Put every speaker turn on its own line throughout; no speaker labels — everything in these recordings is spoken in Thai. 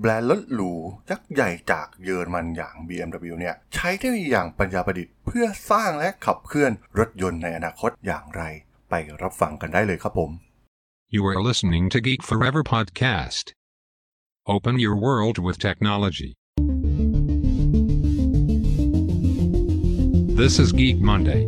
แบรนด์รถหรูยักษ์ใหญ่จากเยอรมันอย่าง BMW เนี่ยใช้เทคโนโลยีอย่างปัญญาประดิษฐ์เพื่อสร้างและขับเคลื่อนรถยนต์ในอนาคตอย่างไรไปรับฟังกันได้เลยครับผม
You are listening to Geek Forever podcast. Open your world with technology. This is Geek Monday.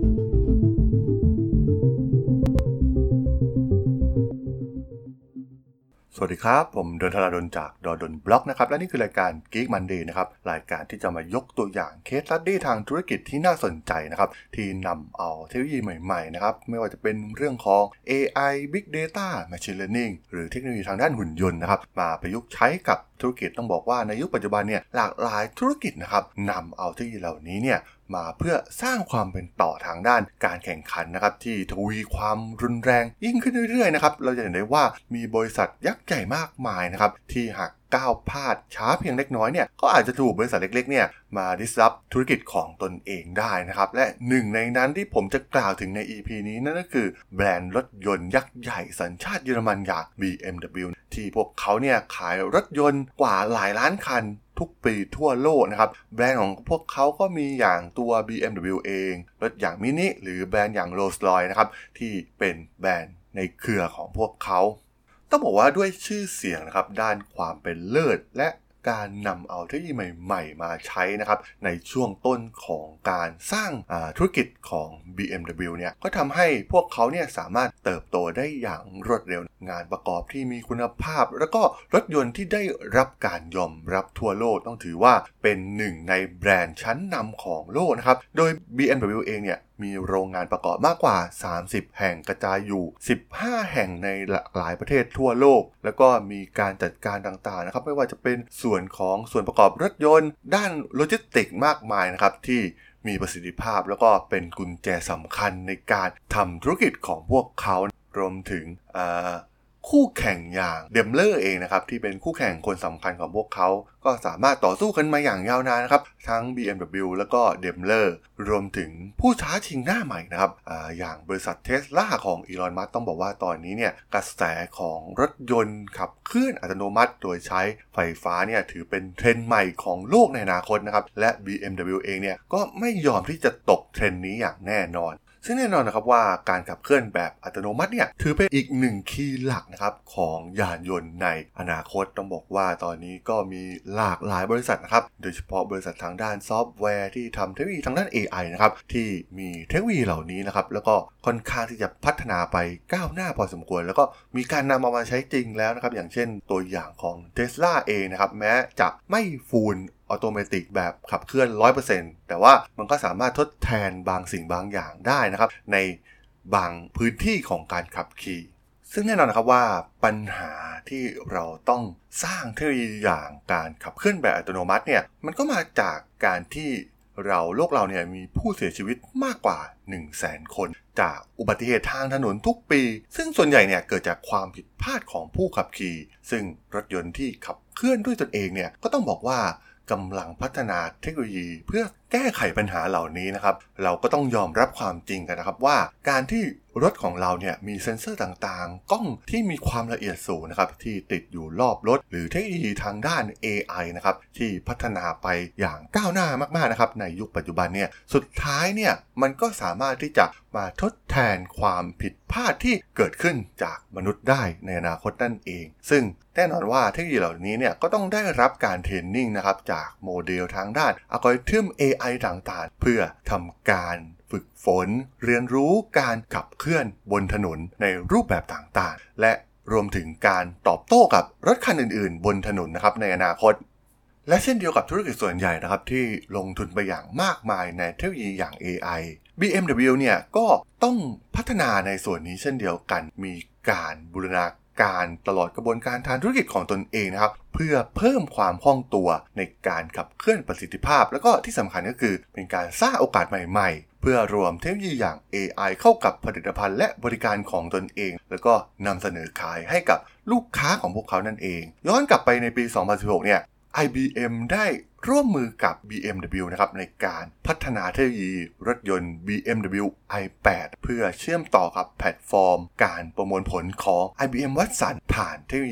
สวัสดีครับผมดนทราดลจากดนบล็อกนะครับและนี่คือรายการ Geek Monday นะครับรายการที่จะมายกตัวอย่างเคสสตั๊ดดี้ทางธุรกิจที่น่าสนใจนะครับที่นำเอาเทคโนโลยีใหม่ๆนะครับไม่ว่าจะเป็นเรื่องของ AI Big Data Machine Learning หรือเทคโนโลยีทางด้านหุ่นยนต์นะครับมาประยุกต์ใช้กับธุรกิจต้องบอกว่าในยุคปัจจุบันเนี่ยหลากหลายธุรกิจนะครับนำเอาเทคโนโลยีเหล่านี้เนี่ยมาเพื่อสร้างความเป็นต่อทางด้านการแข่งขันนะครับที่ทวีความรุนแรงยิ่งขึ้นเรื่อยๆนะครับเราจะเห็นได้ว่ามีบริษัทยักษ์ใหญ่มากมายนะครับที่หากก้าวพลาดช้าเพียงเล็กน้อยเนี่ยก็อาจจะถูกบริษัทเล็กๆเนี่ยมา disrupt ธุรกิจของตนเองได้นะครับและหนึ่งในนั้นที่ผมจะกล่าวถึงใน EP นี้นั่นก็คือแบรนด์รถยนต์ยักษ์ใหญ่สัญชาติเยอรมันอย่าง BMW ที่พวกเขาเนี่ยขายรถยนต์กว่าหลายล้านคันทุกปีทั่วโลกนะครับแบรนด์ของพวกเขาก็มีอย่างตัว BMW เองรถอย่างมินิหรือแบรนด์อย่าง Rolls-Royce นะครับที่เป็นแบรนด์ในเครือของพวกเขาต้องบอกว่าด้วยชื่อเสียงนะครับด้านความเป็นเลิศและการนำเอาเทคโนโลยีใหม่ๆมาใช้นะครับในช่วงต้นของการสร้างธุรกิจของ BMW เนี่ยก็ทำให้พวกเขาเนี่ยสามารถเติบโตได้อย่างรวดเร็วงานประกอบที่มีคุณภาพแล้วก็รถยนต์ที่ได้รับการยอมรับทั่วโลกต้องถือว่าเป็นหนึ่งในแบรนด์ชั้นนำของโลกนะครับโดย BMW เองเนี่ยมีโรงงานประกอบมากกว่า30แห่งกระจายอยู่15แห่งในหลายประเทศทั่วโลกแล้วก็มีการจัดการต่างๆนะครับไม่ว่าจะเป็นส่วนประกอบรถยนต์ด้านโลจิสติกส์มากมายนะครับที่มีประสิทธิภาพแล้วก็เป็นกุญแจสำคัญในการทำธุรกิจของพวกเขารวมถึงคู่แข่งอย่างเดมเลอร์เองนะครับที่เป็นคู่แข่งคนสำคัญของพวกเขาก็สามารถต่อสู้กันมาอย่างยาวนานนะครับทั้ง BMW แล้วก็เดมเลอร์รวมถึงผู้ท้าชิงหน้าใหม่นะครับอย่างบริษัท Tesla ของอีลอนมัสก์ต้องบอกว่าตอนนี้เนี่ยกระแสของรถยนต์ขับเคลื่อนอัตโนมัติโดยใช้ไฟฟ้าเนี่ยถือเป็นเทรนด์ใหม่ของโลกในอนาคตนะครับและ BMW เองเนี่ยก็ไม่ยอมที่จะตกเทรนด์นี้อย่างแน่นอนซึ่งแน่นอนนะครับว่าการขับเคลื่อนแบบอัตโนมัติเนี่ยถือเป็นอีกหนึ่งคีย์หลักนะครับของยานยนต์ในอนาคตต้องบอกว่าตอนนี้ก็มีหลากหลายบริษัทนะครับโดยเฉพาะบริษัททางด้านซอฟต์แวร์ที่ทำเทคโนโลยีทางด้าน AI นะครับที่มีเทคโนโลยีเหล่านี้นะครับแล้วก็ค่อนข้างที่จะพัฒนาไปก้าวหน้าพอสมควรแล้วก็มีการนำเอามาใช้จริงแล้วนะครับอย่างเช่นตัวอย่างของ Tesla เองนะครับแม้จะไม่ฟูลออโตเมติกแบบขับเคลื่อน 100% แต่ว่ามันก็สามารถทดแทนบางสิ่งบางอย่างได้นะครับในบางพื้นที่ของการขับขี่ซึ่งแน่นอนนะครับว่าปัญหาที่เราต้องสร้างเทคโนโลยีอย่างการขับเคลื่อนแบบอัตโนมัติเนี่ยมันก็มาจากการที่โลกเราเนี่ยมีผู้เสียชีวิตมากกว่า 100,000 คนจากอุบัติเหตุทางถนนทุกปีซึ่งส่วนใหญ่เนี่ยเกิดจากความผิดพลาดของผู้ขับขี่ซึ่งรถยนต์ที่ขับเคลื่อนด้วยตนเองเนี่ยก็ต้องบอกว่ากำลังพัฒนาเทคโนโลยีเพื่อแก้ไขปัญหาเหล่านี้นะครับเราก็ต้องยอมรับความจริงกันนะครับว่าการที่รถของเราเนี่ยมีเซ็นเซอร์ต่างๆกล้องที่มีความละเอียดสูงนะครับที่ติดอยู่รอบรถหรือเทคโนโลยีทางด้าน AI นะครับที่พัฒนาไปอย่างก้าวหน้ามากๆนะครับในยุคปัจจุบันเนี่ยสุดท้ายเนี่ยมันก็สามารถที่จะมาทดแทนความผิดพลาดที่เกิดขึ้นจากมนุษย์ได้ในอนาคตนั่นเองซึ่งแน่นอนว่าเทคโนโลยีเหล่านี้เนี่ยก็ต้องได้รับการเทรนนิ่งนะครับจากโมเดลทางด้านอัลกอริทึม AI ต่างๆเพื่อทำการฝึกฝนเรียนรู้การขับเคลื่อนบนถนนในรูปแบบต่างๆและรวมถึงการตอบโต้กับรถคันอื่นๆบนถนนนะครับในอนาคตและเช่นเดียวกับธุรกิจส่วนใหญ่นะครับที่ลงทุนไปอย่างมากมายในเทคโนโลยีอย่าง AI BMW เนี่ยก็ต้องพัฒนาในส่วนนี้เช่นเดียวกันมีการบูรณาการตลอดกระบวนการทางธุรกิจของตนเองนะครับเพื่อเพิ่มความคล่องตัวในการขับเคลื่อนประสิทธิภาพแล้วก็ที่สำคัญก็คือเป็นการสร้างโอกาสใหม่ๆเพื่อรวมเทคโนโลยีอย่าง AI เข้ากับผลิตภัณฑ์และบริการของตนเองแล้วก็นำเสนอขายให้กับลูกค้าของพวกเขานั่นเองย้อนกลับไปในปี 2016 เนี่ย IBM ได้ร่วมมือกับ BMW นะครับในการพัฒนาเทคโนโลยีรถยนต์ BMW i8 เพื่อเชื่อมต่อกับแพลตฟอร์มการประมวลผลของ IBM Watson ผ่านเทคโนโลยี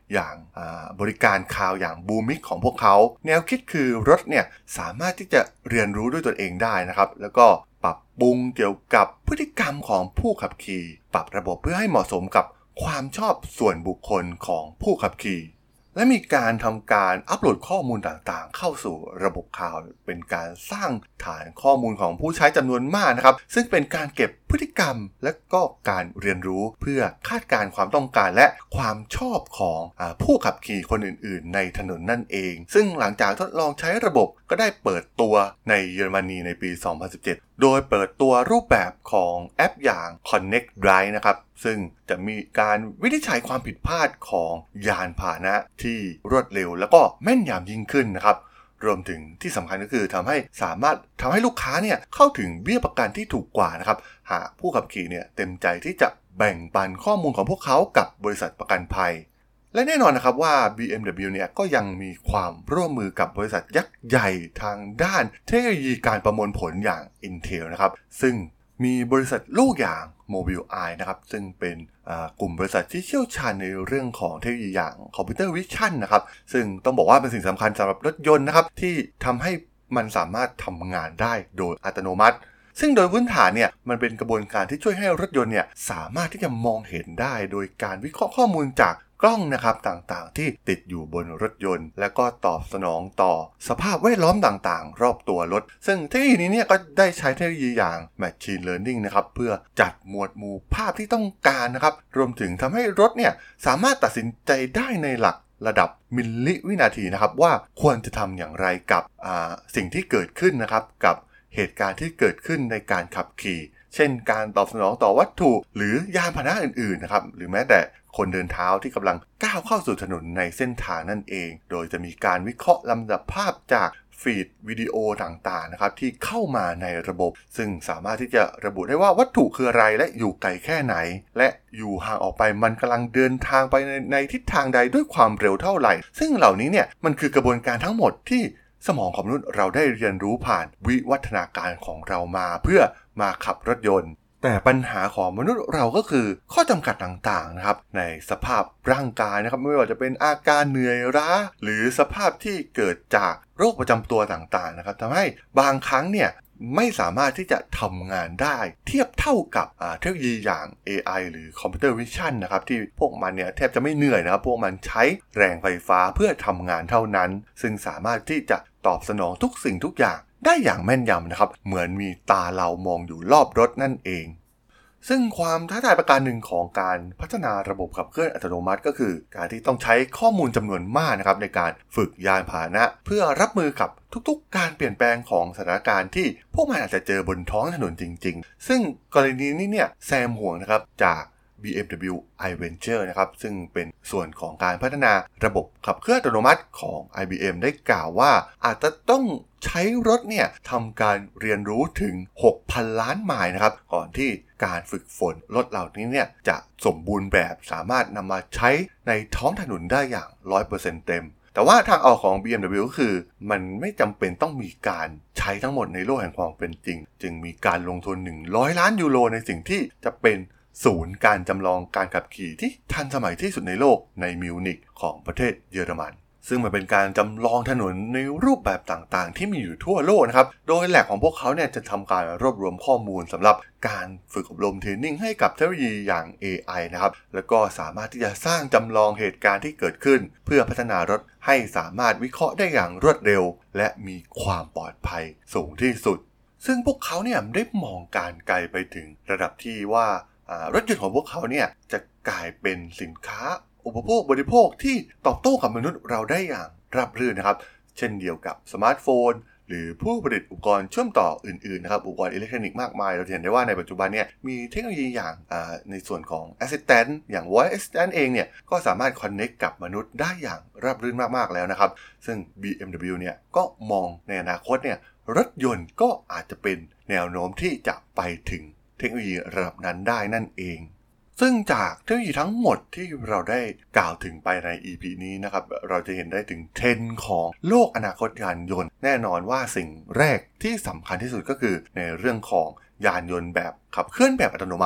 อย่างบริการคลาวด์อย่างบูมิกของพวกเขาแนวคิดคือรถเนี่ยสามารถที่จะเรียนรู้ด้วยตนเองได้นะครับแล้วก็ปรับปรุงเกี่ยวกับพฤติกรรมของผู้ขับขี่ปรับระบบเพื่อให้เหมาะสมกับความชอบส่วนบุคคลของผู้ขับขี่และมีการทำการอัปโหลดข้อมูลต่างๆเข้าสู่ระบบคลาวด์เป็นการสร้างฐานข้อมูลของผู้ใช้จำนวนมากนะครับซึ่งเป็นการเก็บพฤติกรรมและก็การเรียนรู้เพื่อคาดการณ์ความต้องการและความชอบของผู้ขับขี่คนอื่นๆในถนนนั่นเองซึ่งหลังจากทดลองใช้ระบบก็ได้เปิดตัวในเยอรมนีในปี 2017 โดยเปิดตัวรูปแบบของแอปอย่าง Connect Drive นะครับซึ่งจะมีการวินิจฉัยความผิดพลาดของยานพาหนะที่รวดเร็วแล้วก็แม่นยำยิ่งขึ้นนะครับรวมถึงที่สำคัญก็คือสามารถทำให้ลูกค้าเนี่ยเข้าถึงเบี้ยประกันที่ถูกกว่านะครับหากผู้ขับขี่เนี่ยเต็มใจที่จะแบ่งปันข้อมูลของพวกเขากับบริษัทประกันภัยและแน่นอนนะครับว่า BMW เนี่ยก็ยังมีความร่วมมือกับบริษัทยักษ์ใหญ่ทางด้านเทคโนโลยีการประมวลผลอย่าง Intel นะครับซึ่งมีบริษัทลูกอย่าง Mobileye นะครับซึ่งเป็นกลุ่มบริษัทที่เชี่ยวชาญในเรื่องของเทคโนโลยีอย่างคอมพิวเตอร์วิชั่นนะครับซึ่งต้องบอกว่าเป็นสิ่งสำคัญสำหรับรถยนต์นะครับที่ทำให้มันสามารถทำงานได้โดยอัตโนมัติซึ่งโดยพื้นฐานเนี่ยมันเป็นกระบวนการที่ช่วยให้รถยนต์เนี่ยสามารถที่จะมองเห็นได้โดยการวิเคราะห์ข้อมูลจากกล้องนะครับต่างๆที่ติดอยู่บนรถยนต์และก็ตอบสนองต่อสภาพแวดล้อมต่างๆรอบตัวรถซึ่งเทคโนโลยีนี้เนี่ยก็ได้ใช้เทคโนโลยีอย่าง Machine Learning นะครับเพื่อจัดหมวดหมู่ภาพที่ต้องการนะครับรวมถึงทำให้รถเนี่ยสามารถตัดสินใจได้ในหลักระดับมิลลิวินาทีนะครับว่าควรจะทำอย่างไรกับสิ่งที่เกิดขึ้นนะครับกับเหตุการณ์ที่เกิดขึ้นในการขับขี่เช่นการตอบสนองต่อวัตถุหรือยานพาหนะอื่นๆนะครับหรือแม้แต่คนเดินเท้าที่กำลังก้าวเข้าสู่ถนนในเส้นทางนั่นเองโดยจะมีการวิเคราะห์ลำดับภาพจากฟีดวิดีโอต่างๆนะครับที่เข้ามาในระบบซึ่งสามารถที่จะระบุได้ว่าวัตถุคืออะไรและอยู่ไกลแค่ไหนและอยู่ห่างออกไปมันกำลังเดินทางไปในทิศทางใดด้วยความเร็วเท่าไหร่ซึ่งเหล่านี้เนี่ยมันคือกระบวนการทั้งหมดที่สมองของมนุษย์เราได้เรียนรู้ผ่านวิวัฒนาการของเรามาเพื่อมาขับรถยนต์แต่ปัญหาของมนุษย์เราก็คือข้อจำกัดต่างๆนะครับในสภาพร่างกายนะครับไม่ว่าจะเป็นอาการเหนื่อยล้าหรือสภาพที่เกิดจากโรคประจำตัวต่างๆนะครับทำให้บางครั้งเนี่ยไม่สามารถที่จะทำงานได้เทียบเท่ากับเทคโนโลยีอย่าง AI หรือ Computer Vision นะครับที่พวกมันเนี่ยแทบจะไม่เหนื่อยนะครับพวกมันใช้แรงไฟฟ้าเพื่อทำงานเท่านั้นซึ่งสามารถที่จะตอบสนองทุกสิ่งทุกอย่างได้อย่างแม่นยำนะครับเหมือนมีตาเรามองอยู่รอบรถนั่นเองซึ่งความท้าทายประการหนึ่งของการพัฒนาระบบขับเคลื่อนอัตโนมัติก็คือการที่ต้องใช้ข้อมูลจำนวนมากนะครับในการฝึกยานพาหนะเพื่อรับมือกับทุกๆการเปลี่ยนแปลงของสถานการณ์ที่พวกมันอาจจะเจอบนท้องถนนจริงๆซึ่งกรณีนี้เนี่ยแซมห่วงนะครับจาก BMW iVenture นะครับซึ่งเป็นส่วนของการพัฒนาระบบขับเคลื่อนอัตโนมัติของ IBM ได้กล่าวว่าอาจจะต้องใช้รถเนี่ยทำการเรียนรู้ถึง 6,000 ล้านไมล์นะครับก่อนที่การฝึกฝนรถเหล่านี้เนี่ยจะสมบูรณ์แบบสามารถนำมาใช้ในท้องถนนได้อย่าง 100% เต็มแต่ว่าทางออกของ BMW ก็คือมันไม่จำเป็นต้องมีการใช้ทั้งหมดในโลกแห่งความเป็นจริงจึงมีการลงทุน100 ล้านยูโรในสิ่งที่จะเป็นศูนย์การจำลองการขับขี่ที่ทันสมัยที่สุดในโลกในมิวนิกของประเทศเยอรมันซึ่งมันเป็นการจำลองถนนในรูปแบบต่างๆที่มีอยู่ทั่วโลกนะครับโดยแลบของพวกเขาเนี่ยจะทำการรวบรวมข้อมูลสำหรับการฝึกอบรมเทรนนิ่งให้กับเทคโนโลยีอย่าง AI นะครับแล้วก็สามารถที่จะสร้างจำลองเหตุการณ์ที่เกิดขึ้นเพื่อพัฒนารถให้สามารถวิเคราะห์ได้อย่างรวดเร็วและมีความปลอดภัยสูงที่สุดซึ่งพวกเขาเนี่ยได้มองการไกลไปถึงระดับที่ว่ารถยนต์ของพวกเขาเนี่ยจะกลายเป็นสินค้าอุปโภคบริโภคที่ตอบโต้กับมนุษย์เราได้อย่างราบรื่นนะครับเช่นเดียวกับสมาร์ทโฟนหรือผู้ผลิตอุปกรณ์เชื่อมต่ออื่นๆนะครับอุปกรณ์อิเล็กทรอนิกส์มากมายเราเห็นได้ว่าในปัจจุบันเนี่ยมีเทคโนโลยีอย่างในส่วนของ Assistant อย่าง Voice Assistant เองเนี่ยก็สามารถ Connect กับมนุษย์ได้อย่างราบรื่นมากๆแล้วนะครับซึ่ง BMW เนี่ยก็มองในอนาคตเนี่ยรถยนต์ก็อาจจะเป็นแนวโน้มที่จะไปถึงเทคโนโลยีระดับนั้นได้นั่นเองซึ่งจากเทคโนโลยีทั้งหมดที่เราได้กล่าวถึงไปใน EP นี้นะครับเราจะเห็นได้ถึงเทรนด์ของโลกอนาคตยานยนต์แน่นอนว่าสิ่งแรกที่สำคัญที่สุดก็คือในเรื่องของยานยนต์แบบขับเคลื่อนแบบอัตโนมัติ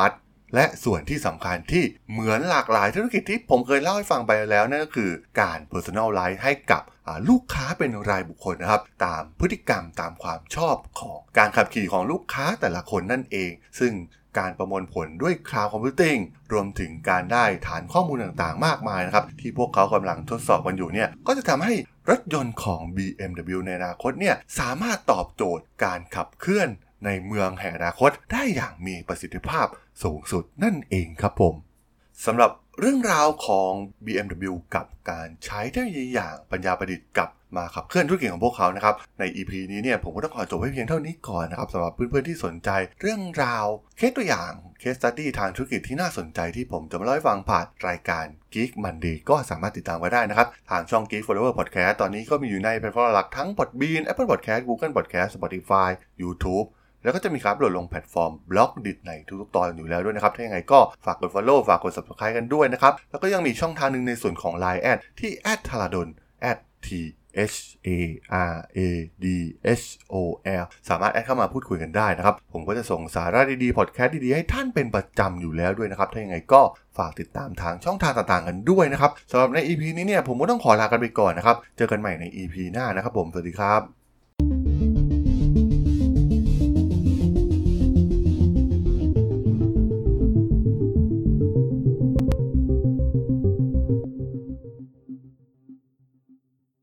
และส่วนที่สำคัญที่เหมือนหลากหลายธุรกิจที่ผมเคยเล่าให้ฟังไปแล้วนั่นก็คือการ personalize ให้กับลูกค้าเป็นรายบุคคลนะครับตามพฤติกรรมตามความชอบของการขับขี่ของลูกค้าแต่ละคนนั่นเองซึ่งการประมวลผลด้วย Cloud Computing รวมถึงการได้ฐานข้อมูลต่างๆมากมายนะครับที่พวกเขากำลังทดสอบกันอยู่เนี่ยก็จะทำให้รถยนต์ของ BMW ในอนาคตเนี่ยสามารถตอบโจทย์การขับเคลื่อนในเมืองแห่งอนาคตได้อย่างมีประสิทธิภาพสูงสุดนั่นเองครับผมสำหรับเรื่องราวของ BMW กับการใช้เทคโนโลยีอย่างปัญญาประดิษฐ์กับมาขับเคลื่อนธุรกิจของพวกเขานะครับใน EP นี้เนี่ยผมก็ต้องขอจบไว้เพียงเท่านี้ก่อนนะครับสำหรับเพื่อนๆที่สนใจเรื่องราวเคสตัวอย่างเคสสตั๊ดดี้ทางธุรกิจที่น่าสนใจที่ผมจะมาเล่าให้ฟังผ่านรายการ Geek Monday ก็สามารถติดตามไว้ได้นะครับทางช่อง Geek Forever Podcast ตอนนี้ก็มีอยู่ในแพลตฟอร์มหลักทั้ง Podbean Apple Podcast Google Podcast Spotify YouTubeแล้วก็จะมีครับโหลดลงแพลตฟอร์มบล็อกดิในทุกๆตอนอยู่แล้วด้วยนะครับถ้าอย่างไรก็ฝากกด follow ฝากกด subscribe กันด้วยนะครับแล้วก็ยังมีช่องทางนึงในส่วนของ Line แอดที่ @thradol @THARADHOL สามารถแอดเข้ามาพูดคุยกันได้นะครับผมก็จะส่งสาระดีๆพอดแคสต์ดีๆให้ท่านเป็นประจำอยู่แล้วด้วยนะครับถ้าอย่างไรก็ฝากติดตามทางช่องทางต่างๆกันด้วยนะครับสำหรับใน EP นี้เนี่ยผมก็ต้องขอลากันไปก่อนนะครับเจอกันใหม่ใน EP หน้านะครับผมสวัสดีครับ